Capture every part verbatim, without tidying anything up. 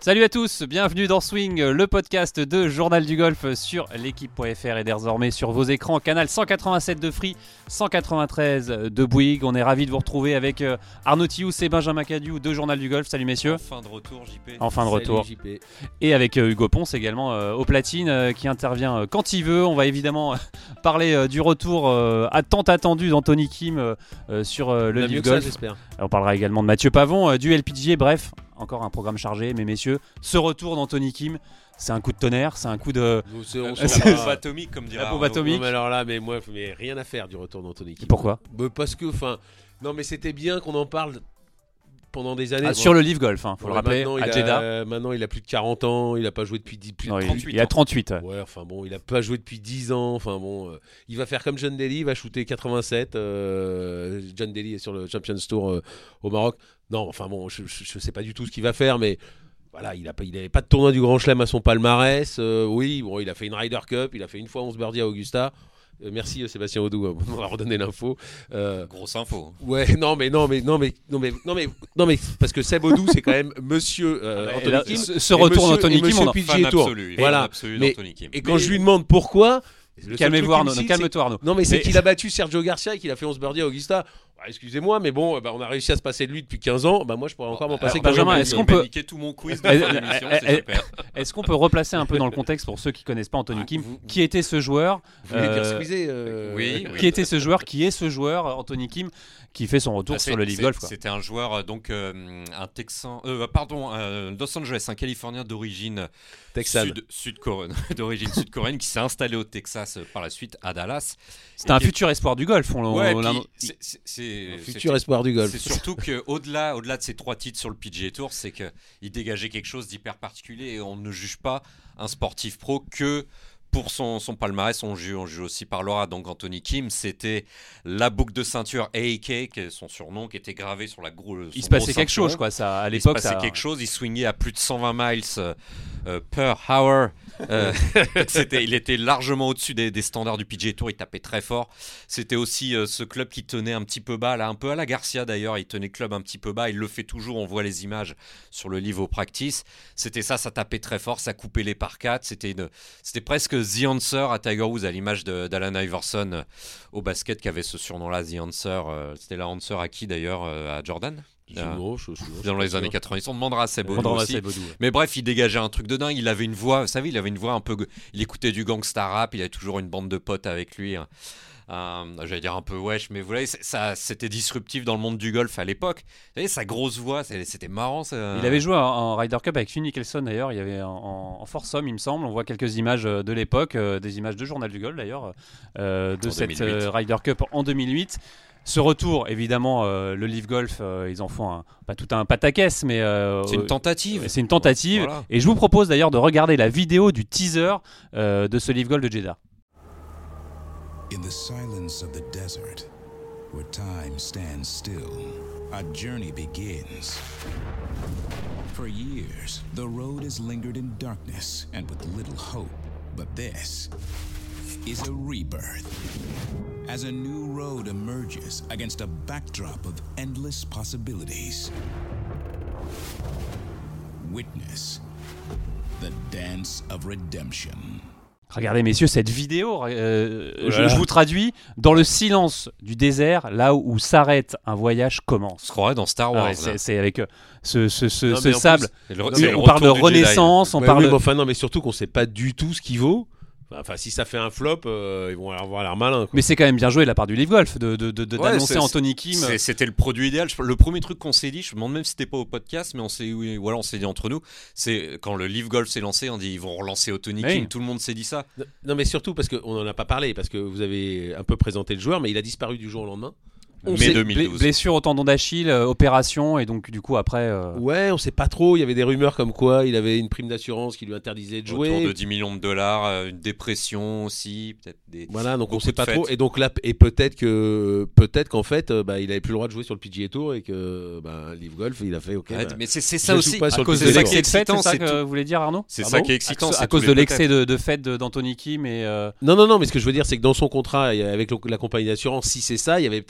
Salut à tous, bienvenue dans Swing, le podcast de Journal du Golf sur l'équipe point F R et désormais sur vos écrans, canal cent quatre-vingt-sept de Free, cent quatre-vingt-treize de Bouygues. On est ravis de vous retrouver avec Arnaud Thioux et Benjamin Cadieux de Journal du Golf. Salut messieurs. En fin de retour J P. En fin de Salut, retour. J P. Et avec Hugo Ponce également euh, au platine euh, qui intervient euh, quand il veut. On va évidemment euh, parler euh, du retour euh, à tant attendu d'Anthony Kim euh, euh, sur euh, le Live Golf. Ça, j'espère. On parlera également de Mathieu Pavon, euh, du L P G A. Bref, encore un programme chargé, mais messieurs, ce retour d'Anthony Kim, c'est un coup de tonnerre, c'est un coup de... Nous, c'est- on C'est s'en la va. bombe atomique comme dirait La bombe Arnaud. atomique. Non, mais alors là, mais moi, mais rien à faire du retour d'Anthony Kim. Pourquoi Bah, Parce que, enfin, non, mais c'était bien qu'on en parle pendant des années. ah, Bon, Sur le Live Golf, hein, faut ouais, le rappeler, maintenant, à il a- Jeddah. Maintenant, il a plus de quarante ans, il a pas joué depuis dix, plus Non, de il, trente-huit il a ans. trente-huit. ouais. Ouais, enfin bon, il a pas joué depuis dix ans. Enfin bon, euh, il va faire comme John Daly, il va shooter quatre-vingt-sept. euh, John Daly est sur le Champions Tour euh, au Maroc. Non, enfin bon, je, je, je sais pas du tout ce qu'il va faire, mais voilà, il a pas, il avait pas de tournoi du Grand Chelem à son palmarès. Euh, oui, bon, il a fait une Ryder Cup, il a fait une fois onze birdies à Augusta. Euh, merci euh, Sébastien Audou euh, pour m'avoir donné l'info. Euh, Grosse info. ouais, non mais non mais non mais non mais non mais non mais parce que Seb Audou c'est quand même Monsieur euh, Ah bah, Anthony là, Kim. ce, ce et retour monsieur- d'Anthony et Kim, monsieur on en- P G A Fan Tour. absolu. Voilà. Fan absolu Mais- d'Anthony Kim. Et quand Mais- je lui demande pourquoi, le seul Calmez-vous truc qu'il Arnaud, me non, cite, calme-toi Arnaud. c'est- Non mais c'est Mais- qu'il a battu Sergio Garcia et qu'il a fait onze birdies à Augusta. Bah, excusez-moi, mais bon, bah, on a réussi à se passer de lui depuis quinze ans. Bah moi, je pourrais encore m'en passer. alors, Benjamin, quand même. est-ce Il qu'on m'a peut- niqué tout mon quiz de fin d'émission, Eh, c'est eh, super. Est-ce qu'on peut replacer un peu dans le contexte pour ceux qui connaissent pas Anthony Ah, Kim, vous- qui était ce joueur Vous voulez dire euh, squeezer euh, oui, oui. Qui était ce joueur Qui est ce joueur Anthony Kim qui fait son retour Ah, sur c'est- le Live c'est- Golf quoi. C'était un joueur, euh, donc euh, un Texan, euh, pardon, un Los Angeles, un Californien d'origine Texan. sud, sud-coréenne, d'origine sud-coréenne, qui s'est installé au Texas euh, par la suite à Dallas. C'était un Et- futur espoir du golf. On, Ouais, on- puis on- c'est- c'est- c'est- Un c'était- futur espoir du golf. C'est surtout qu'au-delà au-delà de ces trois titres sur le P G A Tour, c'est qu'il dégageait quelque chose d'hyper particulier et on ne juge pas un sportif pro que pour son, son palmarès, on juge, on juge aussi par l'aura. Donc Anthony Kim, c'était la boucle de ceinture A A K, qui est son surnom, qui était gravé sur la grosse. il se passait quelque chose quoi. Ça, à Il se l'époque, passait ça... quelque chose, il swingait à plus de cent vingt miles euh, euh, per hour. Euh, c'était, il était largement au-dessus des, des standards du P G A Tour, il tapait très fort. C'était aussi euh, ce club qui tenait un petit peu bas, là, un peu à la Garcia d'ailleurs, il tenait le club un petit peu bas, il le fait toujours, on voit les images sur le livre au practice. C'était ça, ça tapait très fort, ça coupait les par quatre, c'était, une, c'était presque The Answer à Tiger Woods, à l'image de, d'Allen Iverson euh, au basket qui avait ce surnom-là, The Answer. Euh, c'était la Answer à qui d'ailleurs euh, à Jordan euh, Non, je- je- je- dans je- les années quatre-vingt-dix, on demandera à Seb Audou Vendra aussi. Seb Audou, ouais. Mais bref, il dégageait un truc de dingue. Il avait une voix, vous savez, il avait une voix un peu. Il écoutait du gangsta rap. Il avait toujours une bande de potes avec lui. hein. Euh, j'allais dire un peu wesh, mais vous voyez, c'est- ça, c'était disruptif dans le monde du golf à l'époque. Vous savez, sa grosse voix, c'est- c'était marrant. ça. Il avait joué en, en Ryder Cup avec Phil Mickelson d'ailleurs. Il y avait en, en, en foursome, il me semble. On voit quelques images euh, de l'époque, euh, des images de Journal du Golf d'ailleurs, euh, de En cette deux mille huit. euh, Ryder Cup en deux mille huit. Ce retour, évidemment, euh, le Live Golf, euh, ils en font un, pas tout un pataquès, mais euh, C'est une tentative. c'est une tentative. Voilà. Et je vous propose d'ailleurs de regarder la vidéo du teaser euh, de ce Live Golf de Jeddah. In the silence of the desert, where time stands still, a journey begins. For years, the road has lingered in darkness and with little hope. But this is a rebirth. As a new road emerges against a backdrop of endless possibilities. Witness the dance of redemption. Regardez messieurs cette vidéo, euh, je, Voilà. je vous traduis, dans le silence du désert, là où, où s'arrête un voyage On commence. se croirait dans Star Ah Wars. ouais, là. c'est, c'est avec euh, ce, ce, ce, Non, ce mais en sable. C'est le- Non, c'est mais le on parle de retour du Jedi. renaissance, on Ouais, parle oui, de... mais enfin non, mais surtout qu'on sait pas du tout ce qu'il vaut. Enfin, si ça fait un flop, euh, ils vont avoir l'air malins. quoi. Mais c'est quand même bien joué de la part du Live Golf de, de, de, de- Ouais, d'annoncer c'est- Anthony Kim. C'est- C'était le produit idéal. Je- Le premier truc qu'on s'est dit, je me demande même si c'était pas au podcast, mais on s'est, oui, voilà, on s'est dit entre nous, c'est quand le Live Golf s'est lancé, on dit ils vont relancer Anthony Oui. Kim. Tout le monde s'est dit ça. Non, mais surtout parce qu'on en a pas parlé, parce que vous avez un peu présenté le joueur, mais il a disparu du jour au lendemain. On Mai sait- deux mille douze. Bla- blessure au tendon d'Achille, euh, opération, et donc du coup après... euh, Ouais, on sait pas trop. Il y avait des rumeurs comme quoi il avait une prime d'assurance qui lui interdisait de jouer. Autour de dix millions de dollars, euh, une dépression aussi, peut-être des. Voilà, donc on Beaucoup sait de pas fêtes. trop. Et donc là, et peut-être que peut-être qu'en fait, euh, bah, il avait plus le droit de jouer sur le P G A Tour et que bah, Live Golf, il a fait OK. Ouais, bah, mais c'est, c'est je ça joue aussi. pas à sur le cause P de G A ça Tour. qui est l'excès de fête, c'est excitant, ça c'est que tout. vous voulez dire Arnaud C'est Pardon ça qui est excitant. À, c'est à cause tous de les l'excès peut-être. de, de fête de- d'Anthony Kim et... euh, Non, non, non, mais ce que je veux dire, c'est que dans son contrat, et avec le- la compagnie d'assurance, si c'est ça, il y avait peut-être qu'il avait plus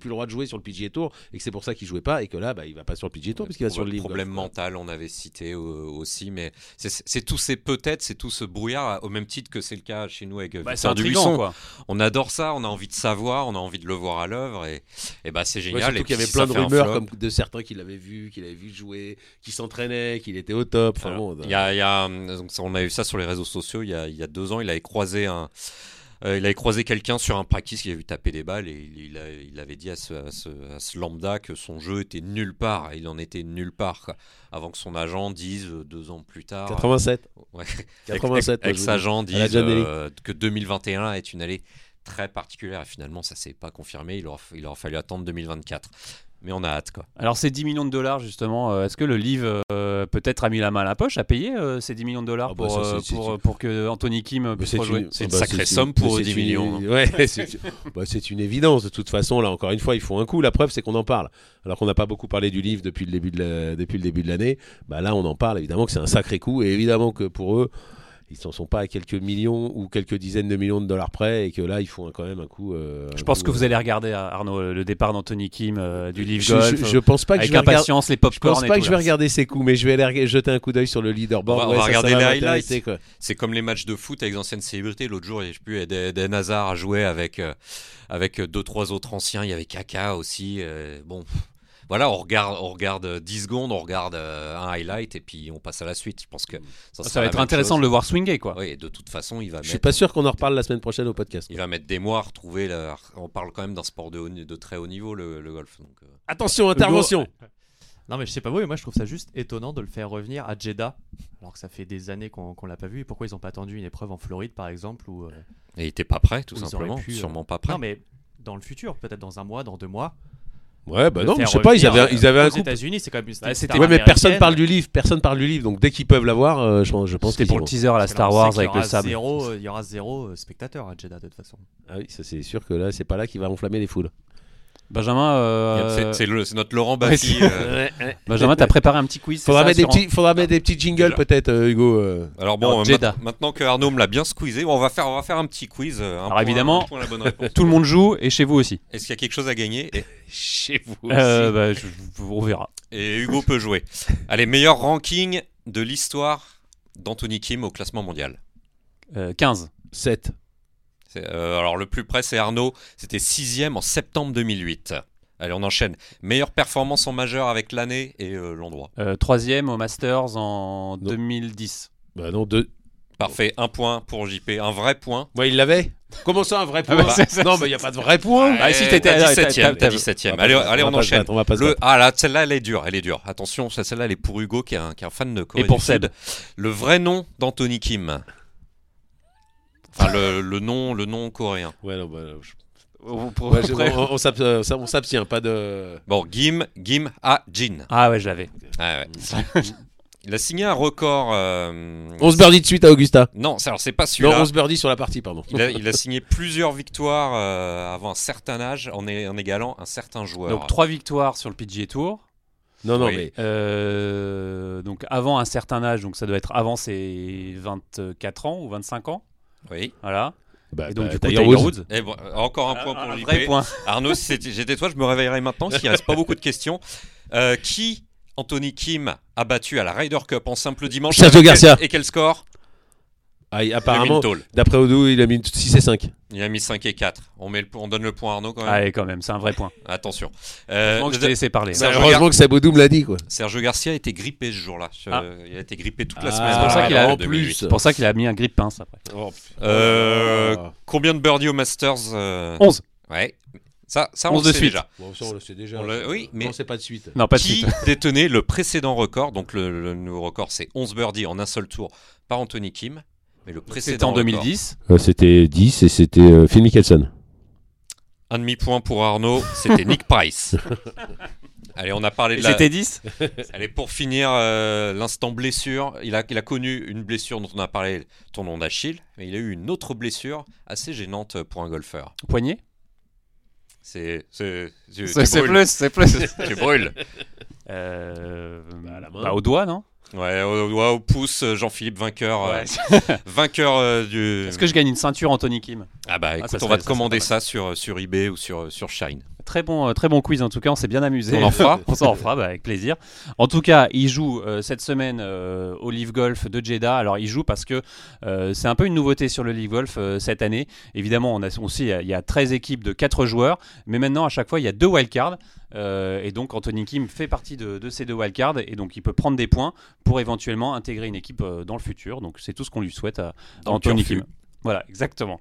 plus le droit de jouer sur le P G A Tour et que c'est pour ça qu'il jouait pas et que là, bah, il va pas sur le P G A Tour parce qu'il va sur le Live problème Golf. mental, on avait cité euh, aussi, mais c'est, c'est tous ces peut-être, c'est tout ce brouillard au même titre que c'est le cas chez nous avec Bah, Victor c'est Dubuisson. intriguant, quoi. On adore ça, on a envie de savoir, on a envie de le voir à l'œuvre et, et bah c'est Ouais, génial. surtout et qu'il y avait puis, plein ça de fait un rumeurs flop. comme de certains qui l'avaient vu, qui l'avaient vu jouer, qui s'entraînaient, qu'il était au top. Enfin, Alors, bon, il y a, il y a, donc, on a eu ça sur les réseaux sociaux il y a, il y a deux ans, il avait croisé un. Euh, il avait croisé quelqu'un sur un practice qui avait vu taper des balles et il, il, a- il avait dit à ce, à, ce, à ce lambda que son jeu était nulle part. Il en était nulle part quoi. Avant que son agent dise euh, deux ans plus tard. quatre-vingt-sept. Ouais, quatre-vingt-sept. avec moi, je sa vous dis. agent À la disent John Daly. euh, que deux mille vingt et un est une année très particulière et finalement ça s'est pas confirmé. Il aura, il aura fallu attendre deux mille vingt-quatre. Mais on a hâte quoi. Alors ces dix millions de dollars justement, euh, est-ce que le Live euh, peut-être a mis la main à la poche, a payé euh, ces dix millions de dollars Ah bah pour, ça, euh, c'est- pour, c'est- euh, pour que Anthony Kim Mais puisse c'est rejouer une, C'est une bah, sacrée c'est somme pour c'est dix une- millions, hein. Ouais, c'est bah, c'est une évidence. De toute façon, là, encore une fois, ils font un coup. La preuve, c'est qu'on en parle. Alors qu'on n'a pas beaucoup parlé du livre depuis le début de la- depuis le début de l'année. Bah là, on en parle. Évidemment que c'est un sacré coup. Et évidemment que pour eux, ils n'en sont pas à quelques millions ou quelques dizaines de millions de dollars près. Et que là, ils font quand même un coup. euh, Je un pense coup, que vous euh, allez regarder Arnaud le départ d'Anthony Kim euh, du Live je, Golf je, je pense pas que avec je vais regarder. impatience, les Je popcorn pense et pas tout, que je vais là. regarder ces coups, mais je vais aller reg- jeter un coup d'œil sur le leaderboard. On va- on Ouais, va ça, regarder ça va les m'intéresser, highlights. quoi. C'est comme les matchs de foot avec d'anciennes célébrités. L'autre jour, je sais plus, Eden Eden Hazard a joué avec, euh, avec deux, trois autres anciens. Il y avait Kaka aussi. euh, bon, voilà, on regarde, on regarde dix secondes, on regarde euh, un highlight et puis on passe à la suite. Je pense que ça, Ça sera va la être même intéressant chose. de le voir swinger quoi. Oui, de toute façon, il va Je suis mettre, pas sûr qu'on en reparle la semaine prochaine au podcast. il va mettre des mois à retrouver. La... On parle quand même d'un sport de, haut- de très haut niveau, le, le golf. Donc, euh, Attention, intervention. Non mais je sais pas vous, mais moi je trouve ça juste étonnant de le faire revenir à Jeddah, alors que ça fait des années qu'on qu'on l'a pas vu. Et pourquoi ils ont pas attendu une épreuve en Floride par exemple ou euh, Et il était pas prêt, tout Ou ils auraient simplement. pu, euh, Sûrement pas prêt. Non mais dans le futur, peut-être dans un mois, dans deux mois. Ouais, bah le non, faire je sais pas, ils revenir, avaient, ils avaient euh, un aux coup. États-Unis, c'est quand même une Bah, star c'était- Ouais, mais personne américaine. parle du livre, personne parle du livre, donc dès qu'ils peuvent l'avoir, euh, je, pense- je pense C'était qu'ils pour y le vont. teaser à la Parce que là, Star on sait Wars qu'il y avec le aura sable. zéro, il y aura zéro euh, spectateur à Jeddah de toute façon. Ah oui, ça c'est sûr que là, c'est pas là qu'il va enflammer les foules. Benjamin, euh, C'est- C'est le- c'est notre Laurent Ouais, Baffy. c'est- euh, Benjamin, t'as préparé un petit quiz. c'est Faudra ça, mettre des sur- petits, faudra mettre des petits jingles Déjà. peut-être, euh, Hugo. euh. Alors bon, Alors, euh, Jeddah. ma- maintenant que Arnaud me l'a bien squeezé, on va faire, on va faire un petit quiz. euh, Un Alors, point- évidemment, un point à la bonne réponse. Tout le monde joue et chez vous aussi. Est-ce qu'il y a quelque chose à gagner et, Chez vous. Euh, bah, je- je- on verra. et Hugo peut jouer. Allez, meilleur ranking de l'histoire d'Anthony Kim au classement mondial. Euh, quinze. sept. C'est, euh, alors le plus près c'est Arnaud, c'était sixième en septembre deux mille huit. Allez, on enchaîne. Meilleure performance en majeur avec l'année et euh, l'endroit. Euh, troisième au Masters en deux mille dix. Bah non, deux. Parfait, un point pour J P, un vrai point. Ouais, il l'avait. Comment ça, un vrai point bah, c'est- c'est- non, mais il y a pas de vrai point. Ah, si, Eh, t'étais- t'as t'as- dix-septième, t'as- t'as t'as- dix-septième. On va Allez, pas se allez, battre, on va pas se enchaîne. battre, on va pas se Le, battre. ah là, celle-là, elle est dure, elle est dure. Attention, celle-là, elle est pour Hugo qui est un, qui est un fan de Corée Et pour du Sud. Seb. Le vrai nom d'Anthony Kim. Enfin, le, le nom, le nom coréen. Ouais, non, bah, je- Pour- pour- ouais, je- après- on, on s'ab- euh, ça- on s'abstient, pas de. Bon, Gim, Gim Ha Jin. Ah ouais, je l'avais. Ah ouais. Il a signé un record. euh, onze birdies de suite à Augusta. Non, c'est- alors c'est pas Non, celui-là. onze birdies sur la partie, pardon. Il a, il a signé plusieurs victoires euh, avant un certain âge en, é- en égalant un certain joueur. Donc trois victoires sur le P G A Tour. Non, non, Oui. mais. Euh, donc avant un certain âge, donc ça doit être avant ses vingt-quatre ans ou vingt-cinq ans. Oui. Voilà. Bah, Et donc bah, du coup, Tiger Tiger Woods. Woods. Et bon, encore un point pour Un J P. vrai point. Arnaud, si c'était- j'étais toi, je me réveillerai maintenant parce qu'il reste pas beaucoup de questions. Euh, qui Anthony Kim a battu à la Ryder Cup en simple dimanche Sergio avec quel- Garcia. Et quel score? Ah, il- Il a mis apparemment, une tôle. d'après Odo, il a mis six et cinq. Il a mis cinq et quatre. On, met le, on donne le point à Arnaud quand même. Allez, quand même, c'est un vrai point. Attention. Euh, Heureusement que je t'ai laissé parler. Ça, Bah, je heureusement regarde. que Sabodou me l'a dit, quoi. Sergio Garcia a été grippé ce jour-là. Je- Ah. Il a été grippé toute la Ah, semaine. c'est pour ça à la qu'il a- Ryder en deux mille huit. plus. C'est pour ça qu'il a mis un grip pince après. Euh, Oh. Combien de birdies au Masters euh, onze. Ouais. Ça, ça on onze le de sait suite. déjà. Bon, ça, on le sait déjà. On le- oui, mais- Non, c'est pas de suite. Non, pas de Qui suite. détenait le précédent record? Donc le, le nouveau record, c'est onze birdies en un seul tour par Anthony Kim. Mais le précédent C'était en deux mille record- dix. Euh, c'était dix et c'était euh, Phil Mickelson. Un demi-point pour Arnaud, c'était Nick Price. Allez, on a parlé de la... C'était dix. Allez, pour finir, euh, l'instant blessure. Il a, il a connu une blessure dont on a parlé, tendon d'Achille. Mais il a eu une autre blessure assez gênante pour un golfeur. Poignet. C'est... c'est- tu- tu C'est c'est brûles. plus, c'est plus. Tu brûles. Euh, Bah, à la main. bah, au doigt, non? Ouais, au, au- au pouce, Jean-Philippe vainqueur. euh, Ouais. vainqueur euh, du... Est-ce que je gagne une ceinture Anthony Kim? Ah bah écoute, ça on serait- va te ça commander serait ça sur, sur eBay ou sur, sur Shine. très bon, euh, très bon quiz en tout cas, on s'est bien amusé. On en fera. On s'en fera bah, avec plaisir. En tout cas, il joue euh, cette semaine euh, au Live Golf de Jeddah. Alors il joue parce que euh, c'est un peu une nouveauté sur le Live Golf euh, cette année. Évidemment, on a aussi il y a treize équipes de quatre joueurs, mais maintenant à chaque fois il y a deux wildcards. Euh, et donc Anthony Kim fait partie de, de ces deux wildcards et donc il peut prendre des points pour éventuellement intégrer une équipe euh, dans le futur. Donc c'est tout ce qu'on lui souhaite à, à Anthony Kim. Voilà, exactement.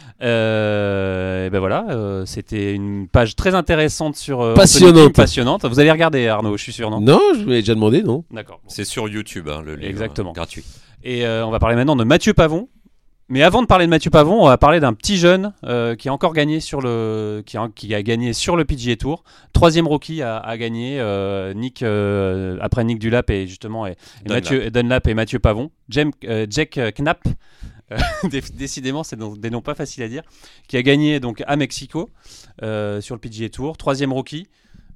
Euh, et ben voilà, euh, c'était une page très intéressante sur euh, passionnante. Kim, passionnante. Vous allez regarder Arnaud, je suis sûr, non? Non, je m'avais déjà demandé, non. D'accord. Bon. C'est sur YouTube, hein, le livre. Exactement. Euh, gratuit. Et euh, on va parler maintenant de Mathieu Pavon. Mais avant de parler de Mathieu Pavon, on va parler d'un petit jeune euh, qui a encore gagné sur le qui a, qui a gagné sur le P G A Tour. Troisième rookie à, à gagner. Euh, Nick euh, après Nick Dunlap et justement et, et Dunlap. Mathieu Dunlap et Mathieu Pavon. James, euh, Jack Knapp. Euh, décidément, c'est des noms pas faciles à dire. Qui a gagné donc à Mexico euh, sur le P G A Tour. Troisième rookie.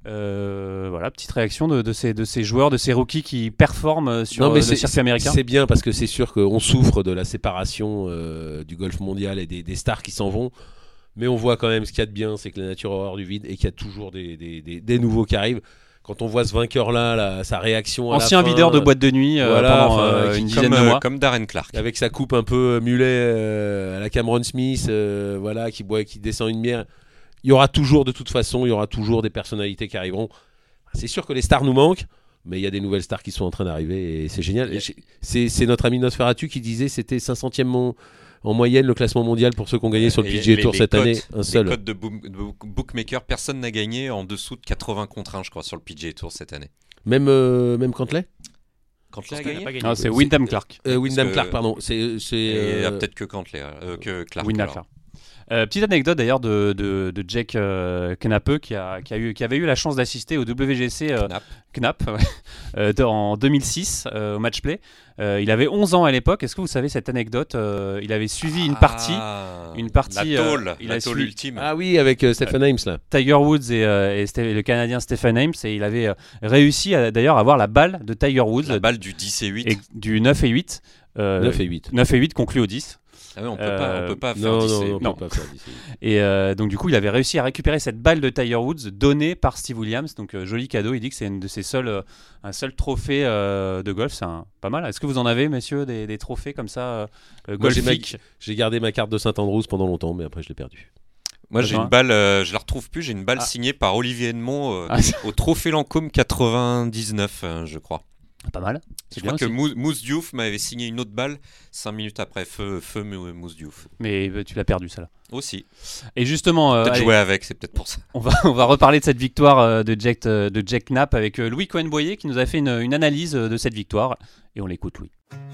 Euh, voilà, petite réaction de, de, ces, de ces joueurs, de ces rookies qui performent sur non, mais le circuit américain. C'est bien parce que c'est sûr qu'on souffre de la séparation euh, du golf mondial et des, des stars qui s'en vont. Mais on voit quand même ce qu'il y a de bien, c'est que la nature a horreur du vide et qu'il y a toujours des, des, des, des nouveaux qui arrivent. Quand on voit ce vainqueur-là, là, sa réaction à ancien la fin, videur de boîte de nuit euh, voilà, pendant enfin, euh, qui- une comme, dizaine Comme, de euh, mois. comme Darren Clark. avec sa coupe un peu mulet euh, à la Cameron Smith, euh, voilà, qui boit, qui descend une bière. Il y aura toujours, de toute façon, il y aura toujours des personnalités qui arriveront. C'est sûr que les stars nous manquent, mais il y a des nouvelles stars qui sont en train d'arriver et c'est génial. Et C'est, c'est notre ami Nosferatu qui disait c'était cinq centièmes mon- en moyenne le classement mondial pour ceux qui ont gagné sur le Et P G A les- Tour les cette cotes- année, un seul. Les codes de book- de book- bookmaker, personne n'a gagné en dessous de quatre-vingts contre un, je crois, sur le P G A Tour cette année. Même, euh, même Cantley Cantley a Cantley n'a gagné pas gagné. Ah, c'est Wyndham Clark. euh, Wyndham que- Clark, pardon. C'est, c'est, Et il y a euh, peut-être que Cantley, euh, que Clark. Wyndham alors. Clark. Euh, petite anecdote d'ailleurs de, de, de Jack euh, Knappe qui, a, qui, a eu, qui avait eu la chance d'assister au W G C euh, Knapp. Knapp ouais, euh, de- en deux mille six euh, au match play. Euh, il avait onze ans à l'époque. Est-ce que vous savez cette anecdote? Euh, Il avait suivi une partie, Ah, une partie, La euh, tôle, il la a tôle suivi- ultime. Ah oui, avec euh, Stephen Ames là. Tiger Woods et, euh, et Sté- le Canadien Stephen Ames, et il avait euh, réussi à d'ailleurs avoir la balle de Tiger Woods La balle du dix et huit. et du neuf et huit. euh, neuf et huit. neuf et huit conclu au dix. Ah oui, on peut Euh, pas, on peut pas faire Non, dix non, et- non, on non. peut pas faire dix et huit. Et euh, donc du coup, il avait réussi à récupérer cette balle de Tiger Woods donnée par Steve Williams. Donc euh, joli cadeau. Il dit que c'est une de ses seuls, euh, un seul trophée euh, de golf. C'est un- pas mal. Est-ce que vous en avez, messieurs, des, des trophées comme ça euh, euh, Moi, j'ai golfiques? J'ai gardé ma carte de Saint-Andrews pendant longtemps, mais après je l'ai perdue. Moi, j'ai Attends, une balle, euh, je la retrouve plus, j'ai une balle Ah. signée par Olivier Edmond euh, Ah, au Trophée Lancôme quatre-vingt-dix-neuf, euh, je crois. pas mal. Je C'est crois bien que aussi. Mous- Mousse Diouf m'avait signé une autre balle cinq minutes après. Feu, feu Mou- Mousse Diouf. Mais euh, tu l'as perdu, ça là. Aussi. Et justement, euh, Peut-être allez, jouer avec, c'est peut-être pour ça. on va on va reparler de cette victoire euh, de Jack euh, de Jack Knapp avec euh, Louis Cohen-Boyer qui nous a fait une, une analyse euh, de cette victoire. Et on l'écoute, Louis.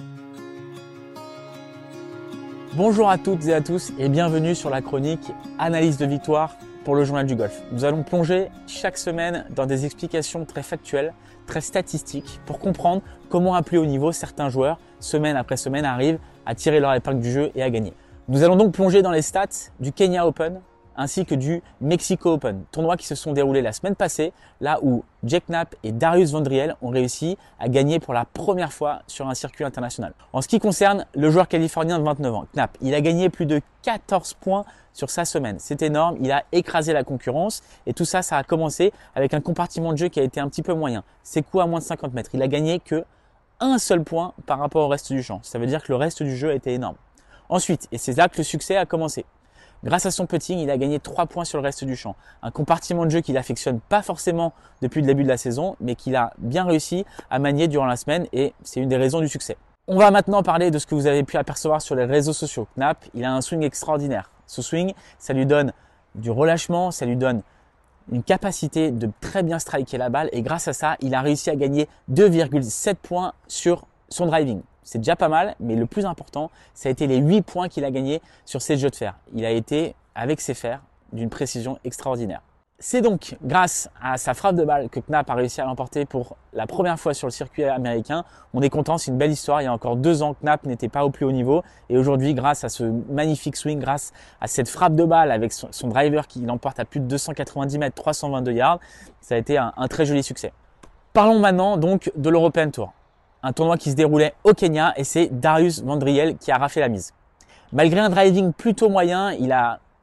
Bonjour à toutes et à tous et bienvenue sur la chronique Analyse de victoire pour le Journal du Golf. Nous allons plonger chaque semaine dans des explications très factuelles, très statistiques pour comprendre comment à plus haut niveau certains joueurs, semaine après semaine, arrivent à tirer leur épingle du jeu et à gagner. Nous allons donc plonger dans les stats du Kenya Open ainsi que du Mexico Open, tournois qui se sont déroulés la semaine passée, là où Jack Knapp et Darius Vandriel ont réussi à gagner pour la première fois sur un circuit international. En ce qui concerne le joueur californien de vingt-neuf ans, Knapp, il a gagné plus de quatorze points sur sa semaine. C'est énorme, il a écrasé la concurrence et tout ça, ça a commencé avec un compartiment de jeu qui a été un petit peu moyen. Ses coups à moins de cinquante mètres. Il a gagné que un seul point par rapport au reste du champ. Ça veut dire que le reste du jeu a été énorme. Ensuite, et c'est là que le succès a commencé. Grâce à son putting, il a gagné trois points sur le reste du champ. Un compartiment de jeu qu'il affectionne pas forcément depuis le début de la saison, mais qu'il a bien réussi à manier durant la semaine et c'est une des raisons du succès. On va maintenant parler de ce que vous avez pu apercevoir sur les réseaux sociaux. Knapp, il a un swing extraordinaire. Ce swing, ça lui donne du relâchement, ça lui donne une capacité de très bien striker la balle et grâce à ça, il a réussi à gagner deux virgule sept points sur son driving. C'est déjà pas mal, mais le plus important, ça a été les huit points qu'il a gagnés sur ses jeux de fer. Il a été, avec ses fers, d'une précision extraordinaire. C'est donc grâce à sa frappe de balle que Knapp a réussi à l'emporter pour la première fois sur le circuit américain. On est content, c'est une belle histoire. Il y a encore deux ans, Knapp n'était pas au plus haut niveau. Et aujourd'hui, grâce à ce magnifique swing, grâce à cette frappe de balle avec son, son driver qui l'emporte à plus de deux cent quatre-vingt-dix mètres, trois cent vingt-deux yards, ça a été un, un très joli succès. Parlons maintenant donc de l'European Tour. Un tournoi qui se déroulait au Kenya et c'est Darius Vandriel qui a raflé la mise. Malgré un driving plutôt moyen, il a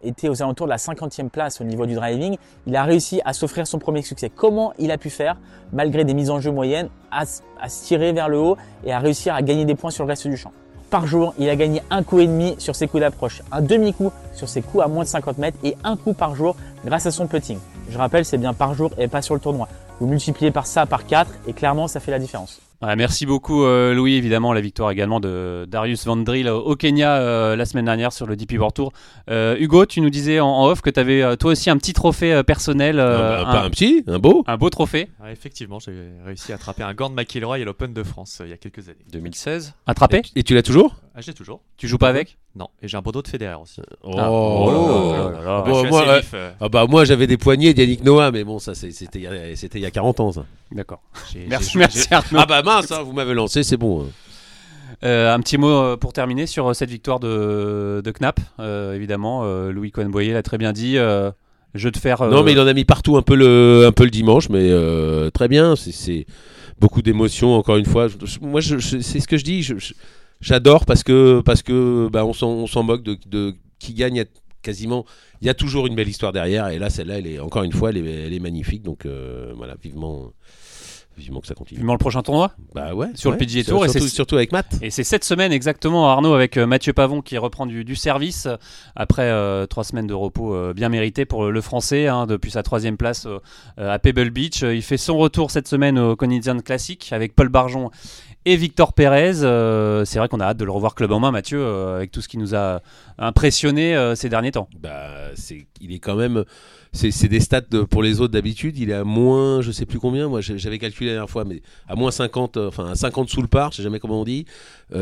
était aux alentours de la cinquantième place au niveau du driving. Il a réussi à s'offrir son premier succès. Comment il a pu faire, malgré des mises en jeu moyennes, à, à se tirer vers le haut et à réussir à gagner des points sur le reste du champ. Par jour, il a gagné un coup et demi sur ses coups d'approche, un demi-coup sur ses coups à moins de cinquante mètres et un coup par jour grâce à son putting. Je rappelle, c'est bien par jour et pas sur le tournoi. Vous multipliez par ça par quatre et clairement, ça fait la différence. Ouais, merci beaucoup euh, Louis, évidemment la victoire également de Darius Van Driel au Kenya euh, la semaine dernière sur le D P World Tour. Euh, Hugo, tu nous disais en, en off que tu avais euh, toi aussi un petit trophée euh, personnel. Euh, un, pas un petit, un beau. Un beau trophée. Ouais, effectivement, j'ai réussi à attraper un gant de McIlroy à l'Open de France euh, il y a quelques années. deux mille seize. Attrapé. Et, et tu l'as toujours? Ah, j'ai toujours. Tu joues pas avec? Non, et j'ai un bandeau de Federer aussi. Oh, Ah. oh là là là là. Bah, je suis Bon, moi, assez euh, vif, euh, ah bah moi j'avais des poignées d'Yannick Noah, mais bon ça c'est- c'était il y a- c'était il y a quarante ans ça. D'accord. j'ai- Merci, j'ai- merci Arnaud. Ah bah mince, hein, vous m'avez lancé, c'est bon. hein. Euh, un petit mot euh, pour terminer sur euh, cette victoire de, de Knapp. Euh, évidemment, euh, Louis Cohen-Boyer l'a très bien dit. Euh, jeu de fer. euh, Non mais il en a mis partout un peu le un peu le dimanche, mais euh, très bien. C'est- C'est beaucoup d'émotions encore une fois. Je- je- moi je, je- c'est ce que je dis. je- je- J'adore parce que parce que bah, on s'en on s'en moque de, de qui gagne. Il y a quasiment, il y a toujours une belle histoire derrière. Et là celle-là, elle est encore une fois, elle est, elle est magnifique. Donc euh, voilà, vivement. Vivement que ça continue. Vivement le prochain tournoi. Bah ouais. Sur le ouais. P G A Tour, et surtout, c'est- surtout avec Matt. Et c'est cette semaine exactement, Arnaud, avec euh, Mathieu Pavon qui reprend du, du service euh, après euh, trois semaines de repos euh, bien mérité pour le, le Français, hein, depuis sa troisième place euh, à Pebble Beach. Euh, il fait son retour cette semaine au Canadian Classic avec Paul Barjon et Victor Pérez. Euh, c'est vrai qu'on a hâte de le revoir club en main, Mathieu, euh, avec tout ce qui nous a impressionné euh, ces derniers temps. Bah, c'est, il est quand même. C'est, c'est des stats de- pour les autres d'habitude. Il est à moins, je sais plus combien. Moi, j'ai- j'avais calculé la dernière fois, mais à moins cinquante, euh, enfin à cinquante sous le par, je sais jamais comment on dit.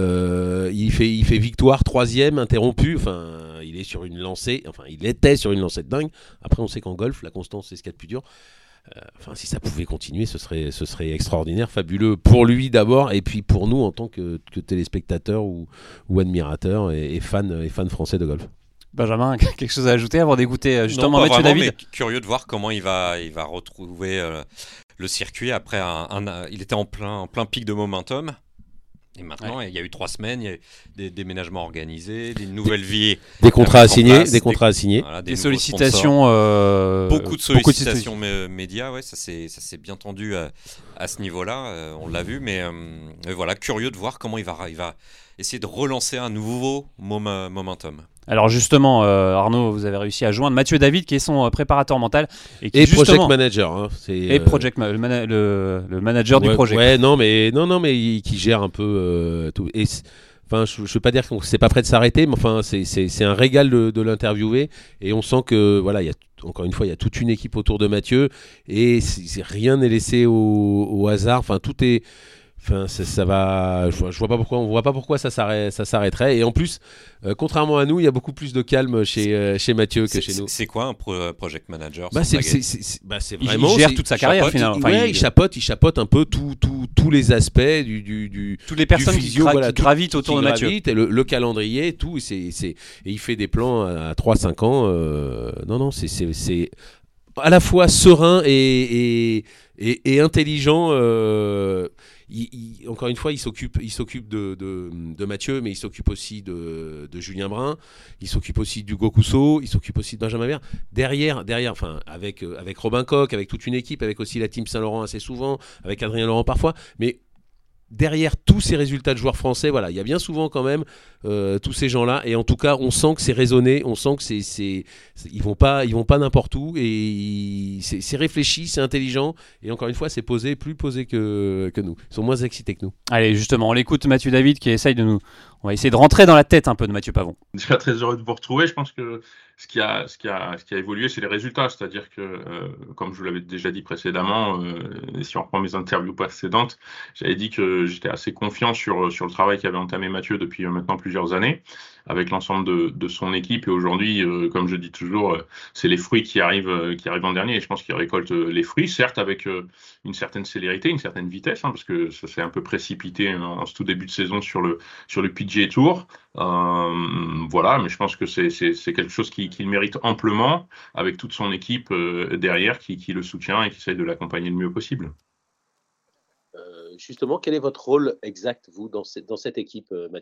Euh, il fait, il fait victoire, troisième, interrompu. Enfin, il est sur une lancée. Enfin, il était sur une lancée de dingue. Après, on sait qu'en golf, la constance, c'est ce qu'il y a de plus dur. Euh, Enfin, si ça pouvait continuer, ce serait, ce serait extraordinaire, fabuleux pour lui d'abord, et puis pour nous en tant que, que téléspectateurs ou, ou admirateurs et, et fans, et fans français de golf. Benjamin, quelque chose à ajouter avant d'écouter euh, justement Non, pas Mathieu vraiment, David? mais curieux de voir comment il va, il va retrouver euh, le circuit après un, un- il était en plein, en plein pic de momentum. Et maintenant, il y a eu trois semaines, il y a eu des déménagements organisés, des nouvelles vies, Des contrats à mettre en signer, place, des contrats à signer. voilà, Des nouveaux sollicitations. euh, sponsors. Beaucoup de sollicitations. sollicitations mé- médias, ouais, ça s'est ça s'est bien tendu à, à ce niveau-là, euh, on l'a vu, mais euh, euh, voilà, curieux de voir comment il va, il va essayer de relancer un nouveau mom- momentum. Alors justement, euh, Arnaud, vous avez réussi à joindre Mathieu David, qui est son euh, préparateur mental et qui Et justement project manager. Hein, c'est, et euh, project ma- le, mana- le- le manager du ouais, projet. Ouais, non, mais non, non, mais il- qui gère un peu euh, tout. Et c'est- enfin, je, je veux pas dire que c'est pas prêt de s'arrêter, mais enfin, c'est, c'est, c'est un régal de, de l'interviewer. Et on sent que voilà, il y a encore une fois, il y a toute une équipe autour de Mathieu et c'est, c'est- rien n'est laissé au, au hasard. Enfin, tout est. Enfin, ça, ça va. Je vois, je vois pas pourquoi. On voit pas pourquoi ça, s'arrête, ça s'arrêterait. Et en plus, euh, contrairement à nous, il y a beaucoup plus de calme chez euh, chez Mathieu que C'est- chez nous. C'est quoi un pro- project manager Bah sans c'est, blaguer c'est, c'est, c'est- bah c'est Il- vraiment. il gère c'est- toute sa carrière, chapeaute, finalement. il- Enfin, ouais, il- il chapeaute, il chapeaute un peu tout, tout, tous les aspects du, du, du, Toutes les personnes du qui, physio, gra- voilà, qui tout- gravitent autour qui de Mathieu. gravite, et le, le calendrier, tout. Et, c'est, c'est, et il fait des plans à trois cinq ans. euh, non, non, c'est, c'est, c'est à la fois serein et, et, et, et intelligent. euh, il, il- encore une fois, il s'occupe, il s'occupe de, de, de Mathieu, mais il s'occupe aussi de, de Julien Brun, il s'occupe aussi d'Hugo Cousseau, il s'occupe aussi de Benjamin Vert. Derrière, derrière, enfin, avec, euh, avec Robin Koch, avec toute une équipe, avec aussi la team Saint-Laurent assez souvent, avec Adrien Laurent parfois, mais derrière tous ces résultats de joueurs français, voilà, il y a bien souvent quand même euh, tous ces gens-là, et en tout cas, on sent que c'est raisonné, on sent que c'est, c'est, c'est- ils vont pas, ils vont pas n'importe où, et ils- c'est, c'est réfléchi, c'est intelligent, et encore une fois, c'est posé, plus posé que, que nous. Ils sont moins excités que nous. Allez, justement, on l'écoute Mathieu David qui essaye de nous. On va essayer de rentrer dans la tête un peu de Mathieu Pavon. Déjà très heureux de vous retrouver. Je pense que ce qui a, ce qui a, ce qui a évolué, c'est les résultats. C'est-à-dire que, euh, comme je vous l'avais déjà dit précédemment, euh, et si on reprend mes interviews précédentes, j'avais dit que j'étais assez confiant sur, sur le travail qu'avait entamé Mathieu depuis euh, maintenant plusieurs années, avec l'ensemble de, de son équipe. Et aujourd'hui, euh, comme je dis toujours, euh, c'est les fruits qui arrivent, euh, qui arrivent en dernier. Et je pense qu'il récolte euh, les fruits, certes avec euh, une certaine célérité, une certaine vitesse, hein, parce que ça s'est un peu précipité en, en ce tout début de saison sur le, sur le P G A Tour. Euh, voilà, mais je pense que c'est, c'est, c'est quelque chose qu'il qui mérite amplement, avec toute son équipe euh, derrière qui, qui le soutient et qui essaye de l'accompagner le mieux possible. Euh, justement, quel est votre rôle exact, vous, dans cette, dans cette équipe, euh, Mathieu ?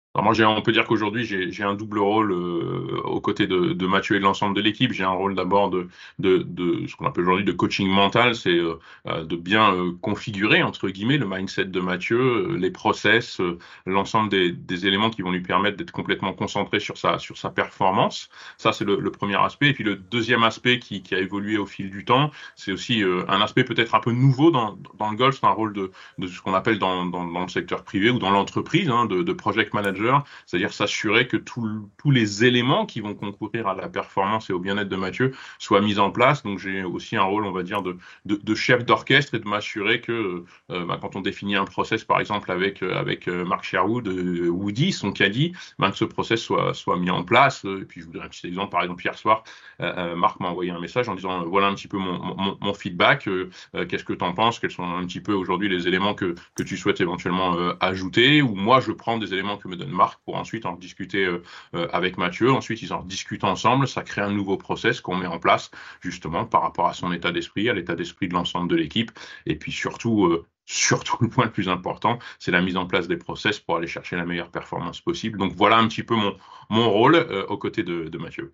Alors moi, j'ai- on peut dire qu'aujourd'hui, j'ai j'ai un double rôle euh, aux côtés de, de Mathieu et de l'ensemble de l'équipe. J'ai un rôle d'abord de, de, de ce qu'on appelle aujourd'hui de coaching mental, c'est euh, euh, de bien euh, configurer, entre guillemets, le mindset de Mathieu, euh, les process, euh, l'ensemble des, des éléments qui vont lui permettre d'être complètement concentré sur sa, sur sa performance. Ça, c'est le, le premier aspect. Et puis le deuxième aspect qui, qui a évolué au fil du temps, c'est aussi euh, un aspect peut-être un peu nouveau dans, dans le golf, c'est un rôle de, de ce qu'on appelle dans, dans, dans le secteur privé ou dans l'entreprise, hein, de, de project manager, c'est-à-dire s'assurer que tout- tous les éléments qui vont concourir à la performance et au bien-être de Mathieu soient mis en place. Donc j'ai aussi un rôle, on va dire, de, de, de chef d'orchestre et de m'assurer que euh, bah, quand on définit un process, par exemple avec, euh, avec euh, Mark Sherwood, euh, Woody, son caddie, bah, que ce process soit, soit mis en place. Et puis je vous donne un petit exemple, par exemple hier soir, euh, euh, Marc m'a envoyé un message en disant euh, voilà un petit peu mon, mon, mon feedback, euh, euh, qu'est-ce que tu en penses, quels sont un petit peu aujourd'hui les éléments que, que tu souhaites éventuellement euh, ajouter, ou moi je prends des éléments que me donne Marc pour ensuite en discuter euh, euh, avec Mathieu. Ensuite, ils en discutent ensemble. Ça crée un nouveau process qu'on met en place justement par rapport à son état d'esprit, à l'état d'esprit de l'ensemble de l'équipe. Et puis surtout, euh, surtout le point le plus important, c'est la mise en place des process pour aller chercher la meilleure performance possible. Donc voilà un petit peu mon, mon rôle euh, aux côtés de, de Mathieu.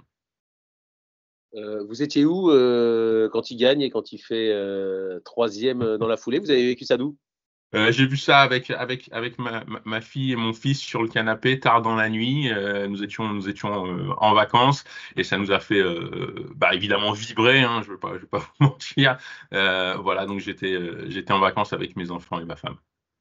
Euh, vous étiez où euh, quand il gagne et quand il fait euh, troisième dans la foulée? Vous avez vécu ça d'où? Euh, j'ai vu ça avec, avec, avec ma, ma, ma fille et mon fils sur le canapé tard dans la nuit. Euh, nous étions, nous étions euh, en vacances et ça nous a fait euh, bah, évidemment vibrer, hein, je ne vais pas, je vais pas vous mentir. Euh, voilà, donc j'étais, euh, j'étais en vacances avec mes enfants et ma femme.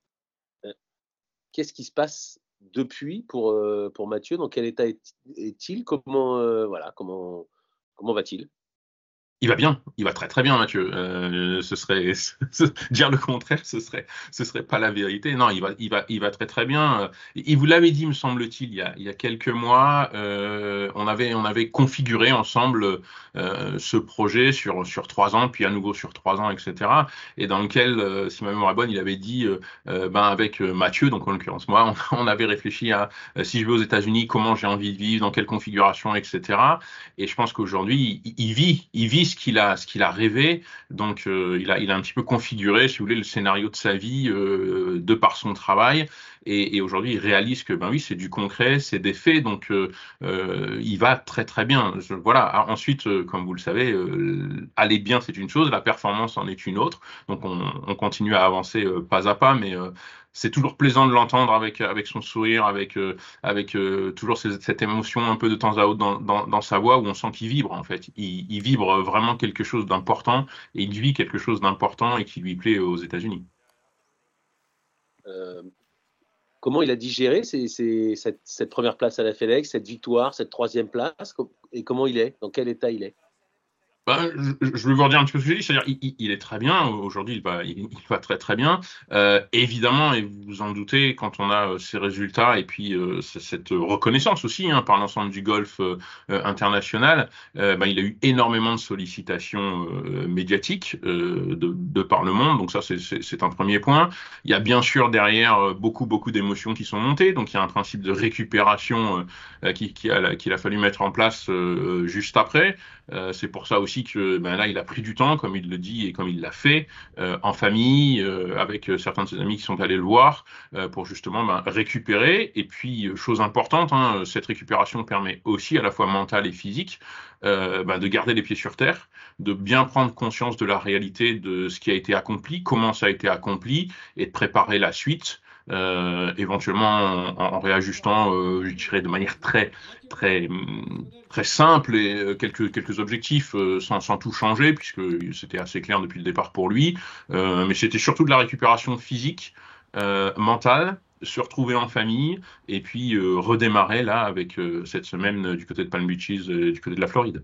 Qu'est-ce qui se passe depuis pour, euh, pour Mathieu? Dans quel état est- est-il? Comment, euh, voilà, comment, comment va-t-il? Il va bien, il va très très bien, Mathieu. Euh, ce serait dire le contraire, ce serait ce serait pas la vérité. Non, il va il va il va très très bien. Il vous l'avait dit, me semble-t-il, il y a il y a quelques mois. Euh, on avait on avait configuré ensemble euh, ce projet sur sur trois ans, puis à nouveau sur trois ans, et cetera. Et dans lequel, euh, si ma mémoire est bonne, il avait dit, euh, euh, ben avec euh, Mathieu, donc en l'occurrence moi, on, on avait réfléchi à euh, si je vais aux États-Unis, comment j'ai envie de vivre, dans quelle configuration, et cetera. Et je pense qu'aujourd'hui, il, il vit, il vit ce qu'il a, ce qu'il a rêvé. Donc, euh, il a, il a un petit peu configuré, si vous voulez, le scénario de sa vie euh, de par son travail. Et, et aujourd'hui, il réalise que, ben oui, c'est du concret, c'est des faits. Donc, euh, euh, il va très très bien. Je- voilà. Ah, ensuite, euh, comme vous le savez, euh, aller bien, c'est une chose, la performance en est une autre. Donc, on, on continue à avancer euh, pas à pas, mais euh, c'est toujours plaisant de l'entendre avec avec son sourire, avec euh, avec euh, toujours ces- cette émotion un peu de temps à autre dans, dans, dans sa voix où on sent qu'il vibre en fait. Il, il vibre vraiment quelque chose d'important et il vit quelque chose d'important et qui lui plaît aux États-Unis. Euh, Comment il a digéré ces- ces- cette, cette première place à la FedEx, cette victoire, cette troisième place, com- et comment il est? Dans quel état il est? Ben, je, je vais vous redire un petit peu ce que j'ai dit, c'est-à-dire il, il- il est très bien, aujourd'hui il va, il, il va très très bien. Euh, évidemment, et vous vous en doutez, quand on a euh, ces résultats et puis euh, c- cette reconnaissance aussi hein, par l'ensemble du golf euh, euh, international, euh, ben, il a eu énormément de sollicitations euh, médiatiques euh, de, de par le monde, donc ça c'est c'est- c'est un premier point. Il y a bien sûr derrière euh, beaucoup beaucoup d'émotions qui sont montées, donc il y a un principe de récupération euh, qui, qui a, qu'il a fallu mettre en place euh, juste après. Euh, c'est pour ça aussi que ben là, il a pris du temps, comme il le dit et comme il l'a fait, euh, en famille, euh, avec euh, certains de ses amis qui sont allés le voir, euh, pour justement ben, récupérer. Et puis, euh, chose importante, hein, cette récupération permet aussi, à la fois mentale et physique, euh, ben, de garder les pieds sur terre, de bien prendre conscience de la réalité de ce qui a été accompli, comment ça a été accompli, et de préparer la suite. Euh, éventuellement en, en réajustant, euh, je dirais de manière très très très simple et euh, quelques quelques objectifs euh, sans, sans tout changer puisque c'était assez clair depuis le départ pour lui. Euh, mais c'était surtout de la récupération physique, euh, mentale, se retrouver en famille et puis euh, redémarrer là avec euh, cette semaine euh, du côté de Palm Beaches, euh, du côté de la Floride.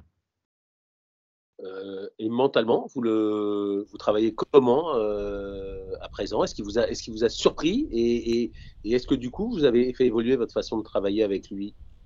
Euh, et mentalement, vous, le, vous travaillez comment euh, à présent? Est-ce qu'il vous a, est-ce qu'il vous a surpris et, et, et est-ce que du coup, vous avez fait évoluer votre façon de travailler avec lui?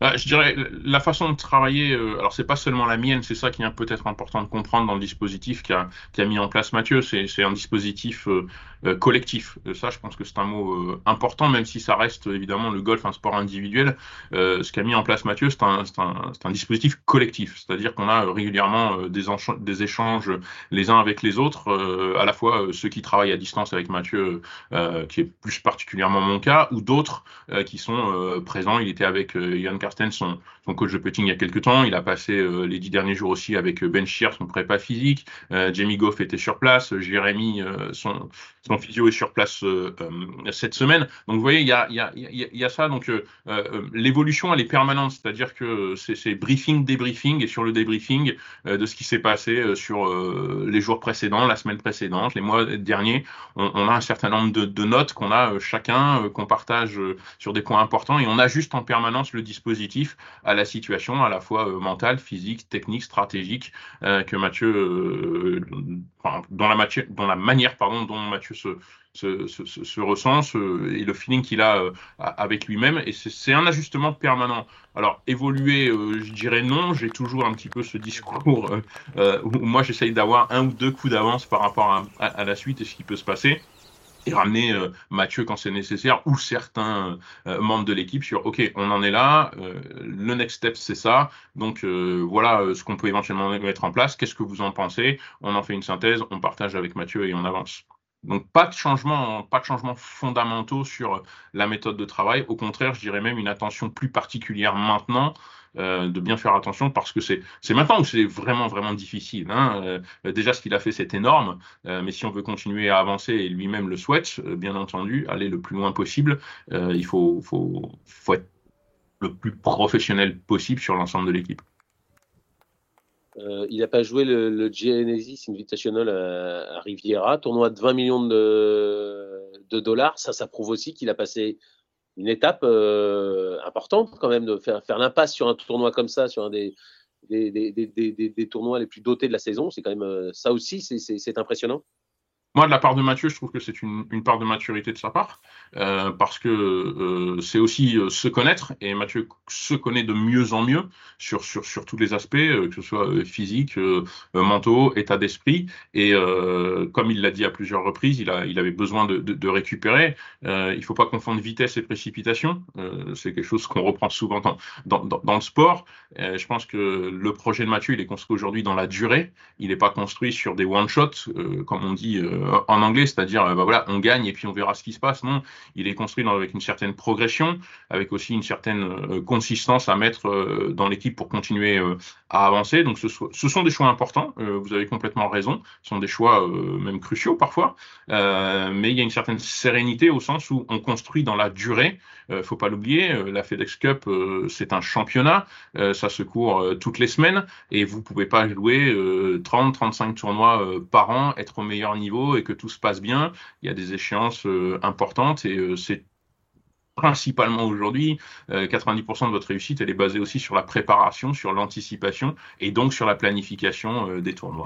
Ah, je dirais la façon de travailler, euh, alors c'est pas seulement la mienne, c'est ça qui est peut-être important de comprendre dans le dispositif qu'a qu'a mis en place Mathieu, c'est c'est un dispositif euh, euh, collectif. Euh, ça, je pense que c'est un mot euh, important, même si ça reste évidemment le golf un sport individuel. Euh, ce qu'a mis en place Mathieu, c'est un, c'est un, c'est un dispositif collectif, c'est-à-dire qu'on a euh, régulièrement euh, des, encha- des échanges les uns avec les autres, euh, à la fois euh, ceux qui travaillent à distance avec Mathieu, euh, qui est plus particulièrement mon cas, ou d'autres euh, qui sont euh, présents. Il était avec euh, Yann Karsten, son, son coach de putting, il y a quelques temps. Il a passé euh, les dix derniers jours aussi avec euh, Ben Shear, son prépa physique. Euh, Jamie Goff était sur place. Jérémy, euh, son, son physio est sur place euh, euh, cette semaine. Donc vous voyez, il y a, il y a, il y a, il y a ça. Donc euh, euh, l'évolution, elle est permanente. C'est-à-dire que c'est, c'est briefing, débriefing, et sur le débriefing euh, de ce qui s'est passé euh, sur euh, les jours précédents, la semaine précédente, les mois derniers, on, on a un certain nombre de, de notes qu'on a euh, chacun, euh, qu'on partage euh, sur des points importants, et on ajuste en permanence le dispositif à la situation, à la fois euh, mentale, physique, technique, stratégique, euh, que Mathieu, euh, enfin, dans la matière, dans la manière, pardon, dont Mathieu se se, se, se, se ressent ce, et le feeling qu'il a euh, avec lui-même, et c'est, c'est un ajustement permanent. Alors évoluer, euh, je dirais non, j'ai toujours un petit peu ce discours euh, euh, où moi j'essaye d'avoir un ou deux coups d'avance par rapport à, à, à la suite et ce qui peut se passer, et ramener euh, Mathieu quand c'est nécessaire, ou certains euh, membres de l'équipe sur ok, on en est là, euh, le next step c'est ça, donc euh, voilà euh, ce qu'on peut éventuellement mettre en place, qu'est-ce que vous en pensez, on en fait une synthèse, on partage avec Mathieu et on avance. Donc pas de changement, pas de changement fondamentaux sur la méthode de travail, au contraire je dirais même une attention plus particulière maintenant, euh, de bien faire attention, parce que c'est c'est maintenant où c'est vraiment vraiment difficile, hein. Euh, déjà ce qu'il a fait c'est énorme, euh, mais si on veut continuer à avancer, et lui-même le souhaite, euh, bien entendu, aller le plus loin possible, euh, il faut, faut, faut être le plus professionnel possible sur l'ensemble de l'équipe. Euh, il n'a pas joué le, le Genesis Invitational à, à Riviera, tournoi de vingt millions de, de dollars. Ça, ça prouve aussi qu'il a passé une étape euh, importante quand même, de faire, faire l'impasse sur un tournoi comme ça, sur un des, des, des, des, des, des tournois les plus dotés de la saison. C'est quand même euh, ça aussi, c'est, c'est, c'est impressionnant. Moi, de la part de Mathieu, je trouve que c'est une, une part de maturité de sa part, euh, parce que euh, c'est aussi euh, se connaître, et Mathieu se connaît de mieux en mieux sur, sur, sur tous les aspects, euh, que ce soit euh, physique, euh, euh, mentaux, état d'esprit, et euh, comme il l'a dit à plusieurs reprises, il, a, il avait besoin de, de, de récupérer. Euh, il ne faut pas confondre vitesse et précipitation, euh, c'est quelque chose qu'on reprend souvent dans, dans, dans, dans le sport. Euh, je pense que le projet de Mathieu, il est construit aujourd'hui dans la durée, il n'est pas construit sur des one-shots, euh, comme on dit euh, en anglais, c'est-à-dire bah voilà, on gagne et puis on verra ce qui se passe. Non, il est construit dans, avec une certaine progression, avec aussi une certaine euh, consistance à mettre euh, dans l'équipe pour continuer euh, à avancer. Donc ce, so- ce sont des choix importants, euh, vous avez complètement raison, ce sont des choix euh, même cruciaux parfois, euh, mais il y a une certaine sérénité au sens où on construit dans la durée. Euh, faut pas l'oublier, euh, la FedEx Cup, euh, c'est un championnat, euh, ça se court euh, toutes les semaines, et vous pouvez pas jouer euh, trente, trente-cinq tournois euh, par an, être au meilleur niveau et que tout se passe bien. Il y a des échéances euh, importantes, et euh, c'est principalement aujourd'hui, euh, quatre-vingt-dix pour cent de votre réussite, elle est basée aussi sur la préparation, sur l'anticipation, et donc sur la planification euh, des tournois.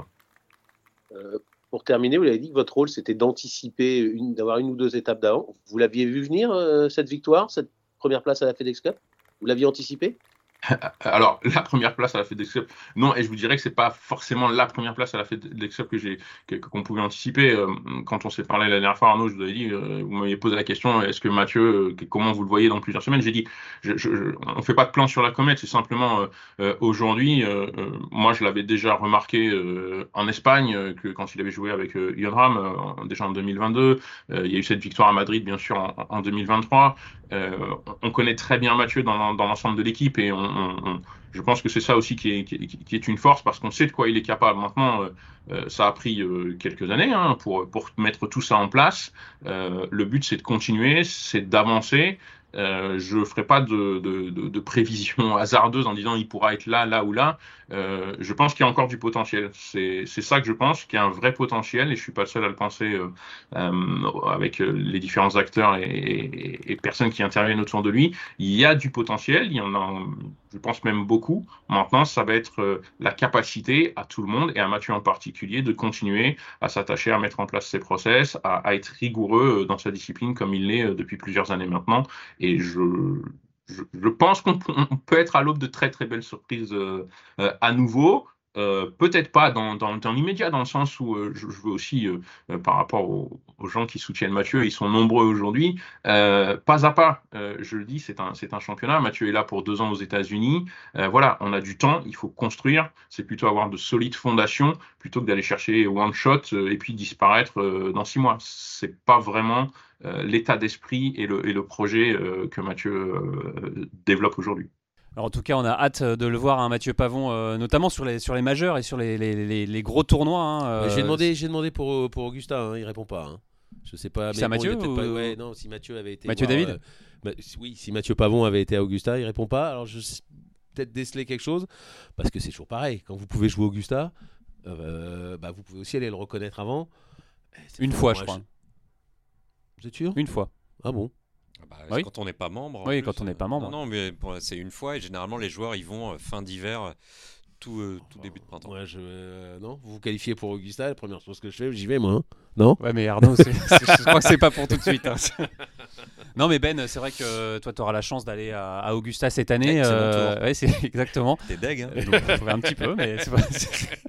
Euh, pour terminer, vous l'avez dit que votre rôle, c'était d'anticiper, une, d'avoir une ou deux étapes d'avant. Vous l'aviez vu venir, euh, cette victoire, cette première place à la FedEx Cup? Vous l'aviez anticipé? Alors, la première place à la FedEx Cup, non, et je vous dirais que c'est pas forcément la première place à la FedEx Cup que j'ai, que, qu'on pouvait anticiper. Euh, quand on s'est parlé la dernière fois, Arnaud, je vous avais dit, euh, vous m'aviez posé la question, est-ce que Mathieu, euh, comment vous le voyez dans plusieurs semaines? J'ai dit, je, je, je, on fait pas de plan sur la comète, c'est simplement euh, euh, aujourd'hui, euh, euh, moi je l'avais déjà remarqué euh, en Espagne, euh, que quand il avait joué avec euh, Jon Rahm, euh, déjà en deux mille vingt-deux, euh, il y a eu cette victoire à Madrid, bien sûr, en, en deux mille vingt-trois. Euh, on connaît très bien Mathieu dans, dans l'ensemble de l'équipe, et on, on, on, je pense que c'est ça aussi qui est, qui, qui est une force, parce qu'on sait de quoi il est capable. Maintenant, euh, euh, ça a pris euh, quelques années hein, pour, pour mettre tout ça en place. Euh, le but, c'est de continuer, c'est d'avancer. Euh, je ne ferai pas de, de, de, de prévision hasardeuse en disant il pourra être là, là ou là. Euh, je pense qu'il y a encore du potentiel. C'est, c'est ça que je pense, qu'il y a un vrai potentiel, et je ne suis pas le seul à le penser euh, euh, avec les différents acteurs et, et, et personnes qui interviennent autour de lui. Il y a du potentiel, il y en a, je pense même beaucoup. Maintenant, ça va être euh, la capacité à tout le monde, et à Mathieu en particulier, de continuer à s'attacher à mettre en place ses process, à, à être rigoureux dans sa discipline comme il l'est depuis plusieurs années maintenant. Et je, je, je pense qu'on peut, on peut être à l'aube de très très belles surprises euh, euh, à nouveau. Euh, peut-être pas dans, dans, dans l'immédiat, dans le sens où euh, je, je veux aussi, euh, euh, par rapport aux, aux gens qui soutiennent Mathieu, ils sont nombreux aujourd'hui, euh, pas à pas, euh, je le dis, c'est un, c'est un championnat. Mathieu est là pour deux ans aux États-Unis. Euh, voilà, on a du temps, il faut construire. C'est plutôt avoir de solides fondations plutôt que d'aller chercher one shot euh, et puis disparaître euh, dans six mois. C'est pas vraiment euh, l'état d'esprit et le, et le projet euh, que Mathieu euh, développe aujourd'hui. Alors en tout cas, on a hâte de le voir, hein, Mathieu Pavon, euh, notamment sur les, sur les majeurs et sur les, les, les, les gros tournois. Hein, euh, ouais, j'ai demandé, j'ai demandé pour, pour Augusta, hein, il répond pas. Hein. Je sais pas. C'est à bon, Mathieu ou... pas... ou... ouais, non, si Mathieu avait été. Mathieu voir, David euh, bah, oui, si Mathieu Pavon avait été à Augusta, il répond pas. Alors je sais peut-être déceler quelque chose, parce que c'est toujours pareil. Quand vous pouvez jouer Augusta, euh, bah, vous pouvez aussi aller le reconnaître avant. C'est Une fois, je crois. Je... Vous êtes sûr ? Une fois. Ah bon ? Bah, oui. Quand on n'est pas membre. Oui, plus, quand on n'est pas membre. Non, non, mais c'est une fois et généralement les joueurs ils vont euh, fin d'hiver, euh, tout, euh, tout début de printemps. Ouais, je, euh, non, vous vous qualifiez pour Augusta, la première chose que je fais, j'y vais moi. Hein. Non ? Ouais, mais Arnaud, c'est, c'est, je crois que c'est pas pour tout de suite. Hein. Non, mais Ben, c'est vrai que toi, tu auras la chance d'aller à, à Augusta cette année. Ouais, c'est euh, mon tour. Ouais, c'est exactement. T'es deg, hein. Donc, un petit peu, mais c'est pas. C'est...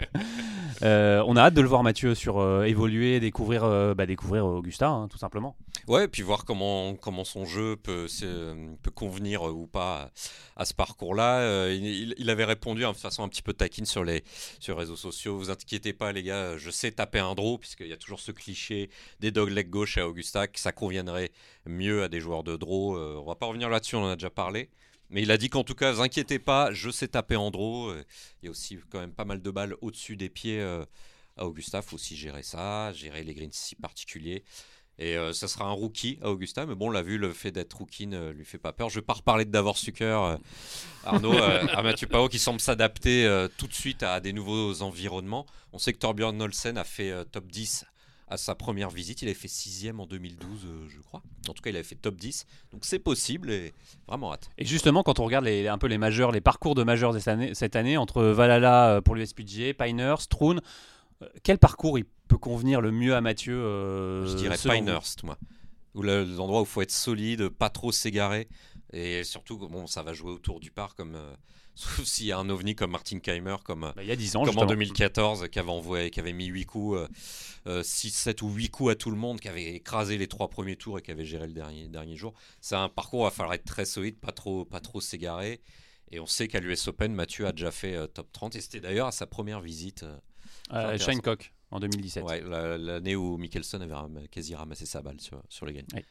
Euh, on a hâte de le voir, Mathieu, sur euh, évoluer, découvrir, euh, bah, découvrir Augusta, hein, tout simplement. Ouais, et puis voir comment, comment son jeu peut, peut convenir ou pas à, à ce parcours-là. Euh, il, il avait répondu de façon un petit peu taquine sur les, sur les réseaux sociaux. Vous inquiétez pas, les gars, je sais taper un draw, puisqu'il y a toujours ce cliché des dogleg gauche à Augusta, que ça conviendrait mieux à des joueurs de draw. Euh, on va pas revenir là-dessus, on en a déjà parlé. Mais il a dit qu'en tout cas, vous inquiétez pas, je sais taper en draw. Il y a aussi quand même pas mal de balles au-dessus des pieds euh, à Augusta. Il faut aussi gérer ça, gérer les greens si particuliers. Et euh, ça sera un rookie à Augusta. Mais bon, on l'a vu, le fait d'être rookie ne lui fait pas peur. Je ne vais pas reparler de Davor Sucker, euh, Arnaud, euh, à Mathieu Pavon, qui semble s'adapter euh, tout de suite à des nouveaux environnements. On sait que Torbjörn Olsen a fait euh, top dix à sa première visite. Il avait fait sixième en deux mille douze, euh, je crois. En tout cas, il avait fait top dix. Donc c'est possible et vraiment hâte. Et justement, quand on regarde les, un peu les majeurs, les parcours de majeurs cette année, cette année entre Valhalla pour l'U S P G A, Pinehurst, Troon, euh, quel parcours il peut convenir le mieux à Mathieu euh, Je dirais Pinehurst, moi. Ou le, l'endroit où il faut être solide, pas trop s'égarer. Et surtout, bon, ça va jouer autour du parc comme... Euh, sauf s'il y a un ovni comme Martin Keimer, comme, bah, il y a dix ans, comme justement. en deux mille quatorze, qui avait, envoyé, qui avait mis huit coups, euh, euh, six, sept ou huit coups à tout le monde, qui avait écrasé les trois premiers tours et qui avait géré le dernier, dernier jour. C'est un parcours où il va falloir être très solide, pas trop, pas trop s'égarer. Et on sait qu'à l'U S Open, Mathieu a déjà fait euh, top trente. Et c'était d'ailleurs à sa première visite. Euh, euh, Shinnecock. En deux mille dix-sept. Ouais, la, l'année où Mickelson avait ram- quasi ramassé sa balle sur, sur les gains. Ouais.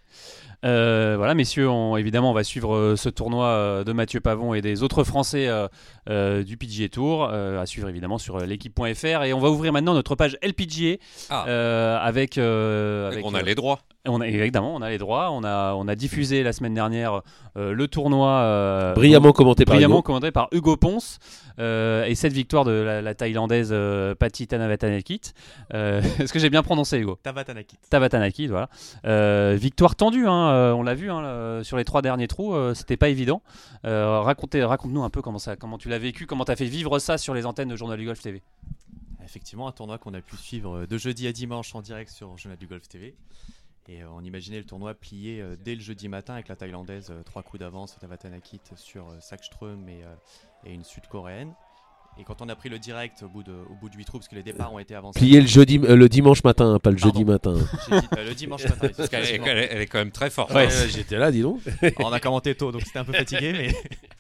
Euh, voilà, messieurs, on, évidemment, on va suivre euh, ce tournoi euh, de Mathieu Pavon et des autres Français euh, euh, du P G A Tour, euh, à suivre évidemment sur euh, l'équipe point F R. Et on va ouvrir maintenant notre page L P G A Ah. euh, avec, euh, avec. On a euh, les droits. On a, évidemment, on a les droits. On a, on a diffusé la semaine dernière euh, le tournoi euh, Brillamment commenté par brillamment Hugo. commenté par Hugo Ponce euh, et cette victoire de la, la Thaïlandaise euh, Patti Tavatanakit. Euh, est-ce que j'ai bien prononcé, Hugo ? Tavatanakit. Tavatanakit, voilà. Euh, victoire tendue, hein, euh, on l'a vu hein, le, sur les trois derniers trous, euh, c'était pas évident. Euh, racontez, raconte-nous un peu comment, ça, comment tu l'as vécu, comment tu as fait vivre ça sur les antennes de Journal du Golf T V. Effectivement, un tournoi qu'on a pu suivre de jeudi à dimanche en direct sur Journal du Golf T V. Et euh, on imaginait le tournoi plié euh, dès le jeudi matin avec la Thaïlandaise, euh, trois coups d'avance, Tavatanakit sur euh, Sackström et, euh, et une sud-coréenne. Et quand on a pris le direct au bout de, au bout de huit trous, parce que les départs ont été avancés. Plié le, jeudi, euh, le dimanche matin, hein, pas le Pardon. jeudi matin. J'ai dit, euh, le dimanche matin. Parce qu'elle est, elle est, elle est quand même très forte. Ouais, hein. j'étais là, dis donc. On a commenté tôt, donc c'était un peu fatigué, mais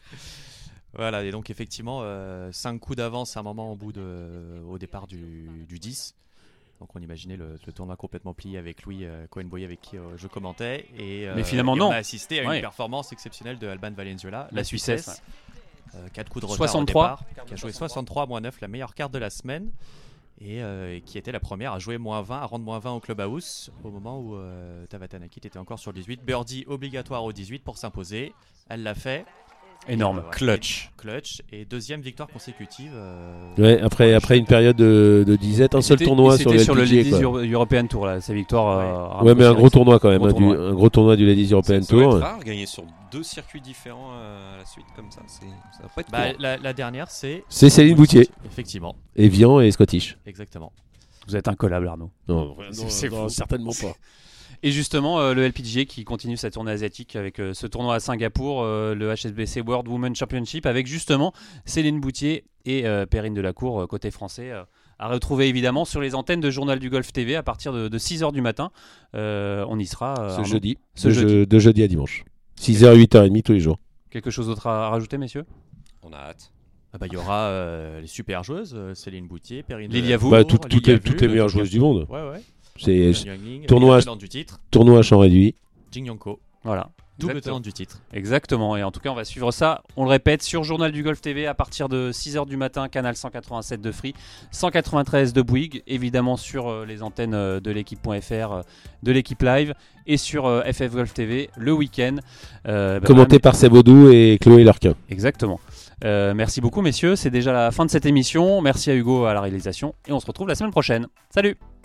voilà. Et donc effectivement, euh, cinq coups d'avance à un moment au bout de, au départ du, du dix. Donc on imaginait le, le tournoi complètement plié avec Louis euh, Cohen-Boyer avec qui euh, je commentais. Et, euh, Mais finalement, et non. on a assisté à une Ouais. performance exceptionnelle de Alban Valenzuela, La Suissesse. Euh, quatre coups de retard soixante-trois. au départ, qui a joué soixante-trois moins neuf, la meilleure carte de la semaine. Et, euh, et qui était la première à jouer moins vingt, à rendre moins vingt au clubhouse au moment où euh, Tavatanakit était encore sur le dix-huit. Birdie obligatoire au dix-huit pour s'imposer. Elle l'a fait. Énorme. Et, euh, Clutch. et, clutch. Et deuxième victoire consécutive. Euh, Ouais, après, après une période de, de disette, un seul C'était- tournoi et sur c'était le sur le L P G A, Ladies quoi. Euro- European Tour, là, sa victoire. euh, Ouais, mais un gros tournoi quand même, Gros hein, du- tournoi. un gros tournoi du Ladies European Ça doit Tour. être rare, gagner sur deux circuits différents à la suite comme ça. C'est, ça va pas être bah, courant. la, la dernière, c'est. C'est Céline Boutier, Effectivement, Evian et Scottish. exactement. Vous êtes incollable, Arnaud. Non, C'est- c'est non, fou. certainement pas. Et justement, euh, le L P G A qui continue sa tournée asiatique avec euh, ce tournoi à Singapour, euh, le H S B C World Women Championship, avec justement Céline Boutier et euh, Perrine Delacour, euh, côté français, euh, à retrouver évidemment sur les antennes de Journal du Golf T V à partir de, de six heures du matin. Euh, on y sera. Euh, Ce Arnaud. jeudi. Ce de, jeudi. je- de jeudi à dimanche. six heures, huit heures trente tous les jours. Quelque chose d'autre à, à rajouter, messieurs? On a hâte. Ah bah, il y aura euh, les super joueuses, euh, Céline Boutier, Perrine Lilia Delacour, Vu. Bah, toutes, toutes Lilia les, Vu, toutes les le meilleures champion. joueuses du monde. Ouais, ouais. C'est Yan Yangling, tournoi- et le tenant du titre, tournoi à champ réduit. Jing Yonko, Voilà. double Exactement. tenant du titre. Exactement, et en tout cas on va suivre ça, on le répète, sur Journal du Golf T V à partir de six heures du matin, canal cent quatre-vingt-sept de Free, cent quatre-vingt-treize de Bouygues, évidemment sur euh, les antennes euh, de l'équipe.fr, euh, de l'équipe live, et sur euh, F F Golf T V le week-end. Euh, bah, Commenté voilà, par Sebodou et Chloé Lurquin. Exactement. Euh, merci beaucoup messieurs, c'est déjà la fin de cette émission, merci à Hugo à la réalisation, et on se retrouve la semaine prochaine. Salut!